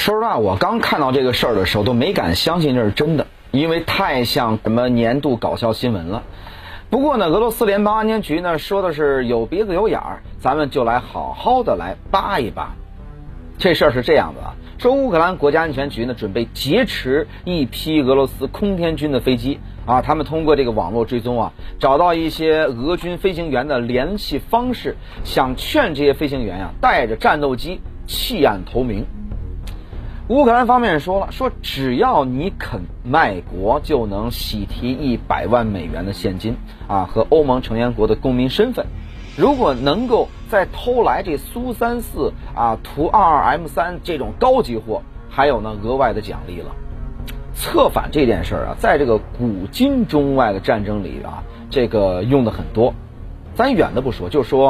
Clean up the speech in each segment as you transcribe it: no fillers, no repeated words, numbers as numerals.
说实话，我刚看到这个事儿的时候都没敢相信这是真的，因为太像什么年度搞笑新闻了。不过呢，俄罗斯联邦安全局呢说的是有鼻子有眼儿，咱们就来好好的来扒一扒。这事儿是这样的啊，说乌克兰国家安全局呢准备劫持一批俄罗斯空天军的飞机啊，他们通过这个网络追踪啊，找到一些俄军飞行员的联系方式，想劝这些飞行员啊带着战斗机弃暗投明。乌克兰方面说了，说只要你肯卖国，就能喜提100万美元的现金啊和欧盟成员国的公民身份。如果能够再偷来这苏34啊、图22M3这种高级货，还有呢额外的奖励了。策反这件事儿啊，在这个古今中外的战争里啊，这个用的很多。咱远的不说，就说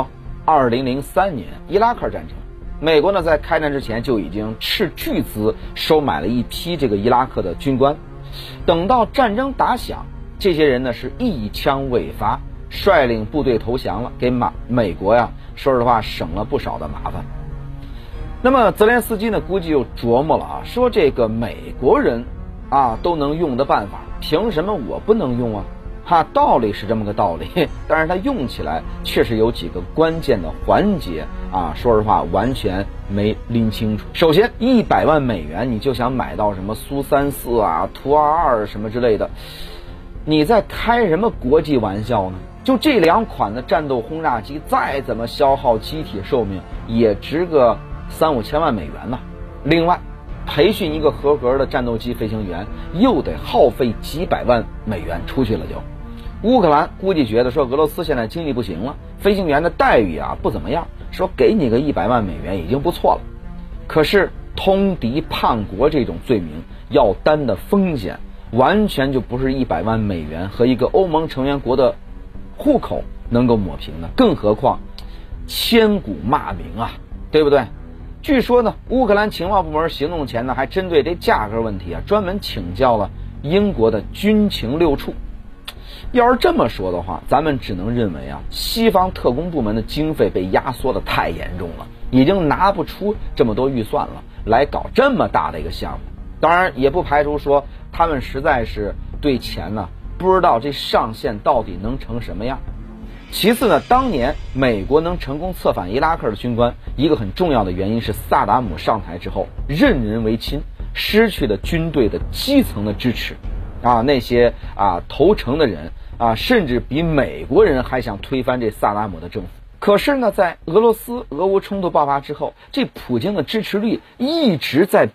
2003年伊拉克战争。美国呢，在开战之前就已经斥巨资收买了一批这个伊拉克的军官。等到战争打响，这些人呢是一枪未发，率领部队投降了，给美国呀，说实话省了不少的麻烦。那么泽连斯基呢，估计又琢磨了啊，说这个美国人啊都能用的办法，凭什么我不能用啊？道理是这么个道理，但是它用起来确实有几个关键的环节啊，说实话完全没拎清楚。首先，100万美元你就想买到什么苏34啊、图22什么之类的，你在开什么国际玩笑呢？就这2款的战斗轰炸机，再怎么消耗机体寿命，也值个3-5千万美元呢。另外，培训一个合格的战斗机飞行员，又得耗费几百万美元出去了就。乌克兰估计觉得说俄罗斯现在经济不行了，飞行员的待遇啊不怎么样，说给你个100万美元已经不错了。可是通敌叛国这种罪名要担的风险，完全就不是100万美元和一个欧盟成员国的户口能够抹平的，更何况千古骂名啊，对不对？据说呢，乌克兰情报部门行动前呢，还针对这价格问题啊，专门请教了英国的军情六处。要是这么说的话，咱们只能认为啊，西方特工部门的经费被压缩的太严重了，已经拿不出这么多预算了，来搞这么大的一个项目。当然，也不排除说他们实在是对钱呢，不知道这上限到底能成什么样。其次呢，当年美国能成功策反伊拉克的军官，一个很重要的原因是萨达姆上台之后任人唯亲，失去了军队的基层的支持啊，那些啊投诚的人啊，甚至比美国人还想推翻这萨达姆的政府。可是呢，在俄乌冲突爆发之后，这普京的支持率一直在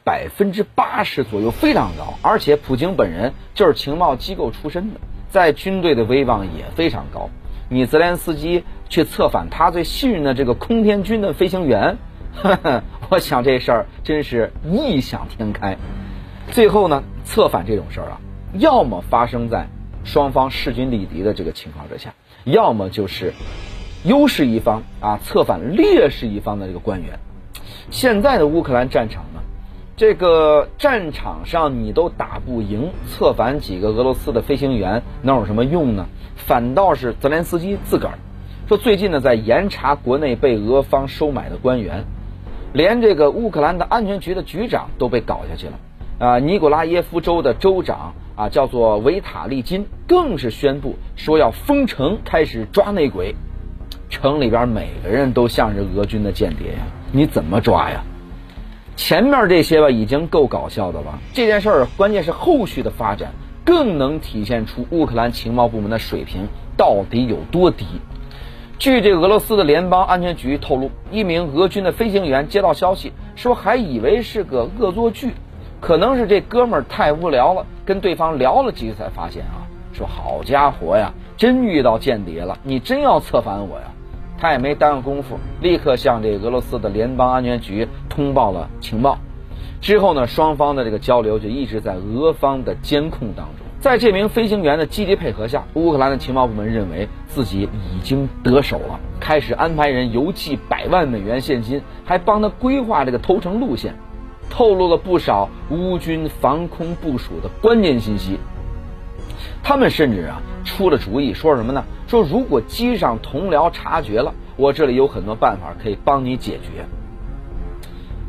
80%左右，非常高，而且普京本人就是情报机构出身的，在军队的威望也非常高。你泽连斯基去策反他最信任的这个空天军的飞行员，我想这事儿真是异想天开。最后呢，策反这种事儿啊，要么发生在双方势均力敌的这个情况之下，要么就是优势一方啊策反劣势一方的这个官员。现在的乌克兰战场呢，这个战场上你都打不赢，策反几个俄罗斯的飞行员能有什么用呢？反倒是泽连斯基自个儿说，最近呢在严查国内被俄方收买的官员，连这个乌克兰的安全局的局长都被搞下去了。尼古拉耶夫州的州长啊，叫做维塔利金，更是宣布说要封城，开始抓内鬼。城里边每个人都像是俄军的间谍呀，你怎么抓呀？前面这些吧已经够搞笑的了，这件事儿关键是后续的发展更能体现出乌克兰情报部门的水平到底有多低。据这个俄罗斯的联邦安全局透露，一名俄军的飞行员接到消息说，还以为是个恶作剧，可能是这哥们儿太无聊了，跟对方聊了几句才发现啊，说好家伙呀，真遇到间谍了，你真要策反我呀。他也没耽误功夫，立刻向这个俄罗斯的联邦安全局通报了情报。之后呢，双方的这个交流就一直在俄方的监控当中。在这名飞行员的积极配合下，乌克兰的情报部门认为自己已经得手了，开始安排人邮寄100万美元现金，还帮他规划这个投诚路线，透露了不少乌军防空部署的关键信息。他们甚至啊出了主意，说什么呢？说如果机上同僚察觉了，我这里有很多办法可以帮你解决。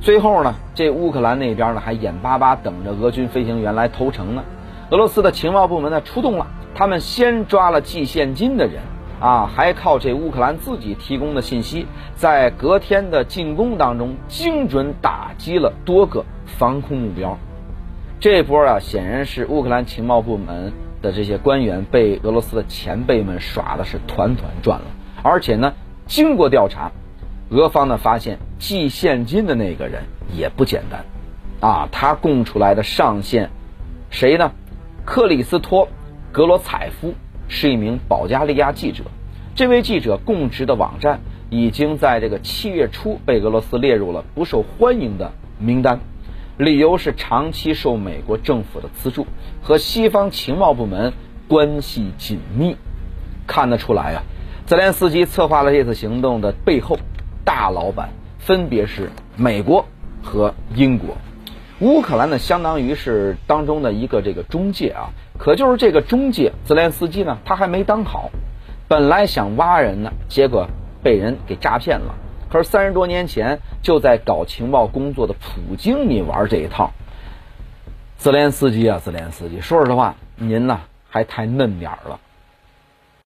最后呢，这乌克兰那边呢还眼巴巴等着俄军飞行员来投诚呢。俄罗斯的情报部门呢出动了，他们先抓了寄现金的人还靠这乌克兰自己提供的信息，在隔天的进攻当中精准打击了多个防空目标。这波显然是乌克兰情报部门的这些官员被俄罗斯的前辈们耍的是团团转了。而且呢，经过调查，俄方呢发现寄现金的那个人也不简单他供出来的上线谁呢？克里斯托·格罗采夫是一名保加利亚记者。这位记者供职的网站已经在这个7月初被俄罗斯列入了不受欢迎的名单，理由是长期受美国政府的资助，和西方情报部门关系紧密。看得出来泽连斯基策划了这次行动的背后大老板分别是美国和英国。乌克兰呢相当于是当中的一个这个中介可就是这个中介泽连斯基呢他还没当好，本来想挖人呢，结果被人给诈骗了。可是30多年前就在搞情报工作的普京你玩这一套，泽连斯基，说实话您呢还太嫩点了。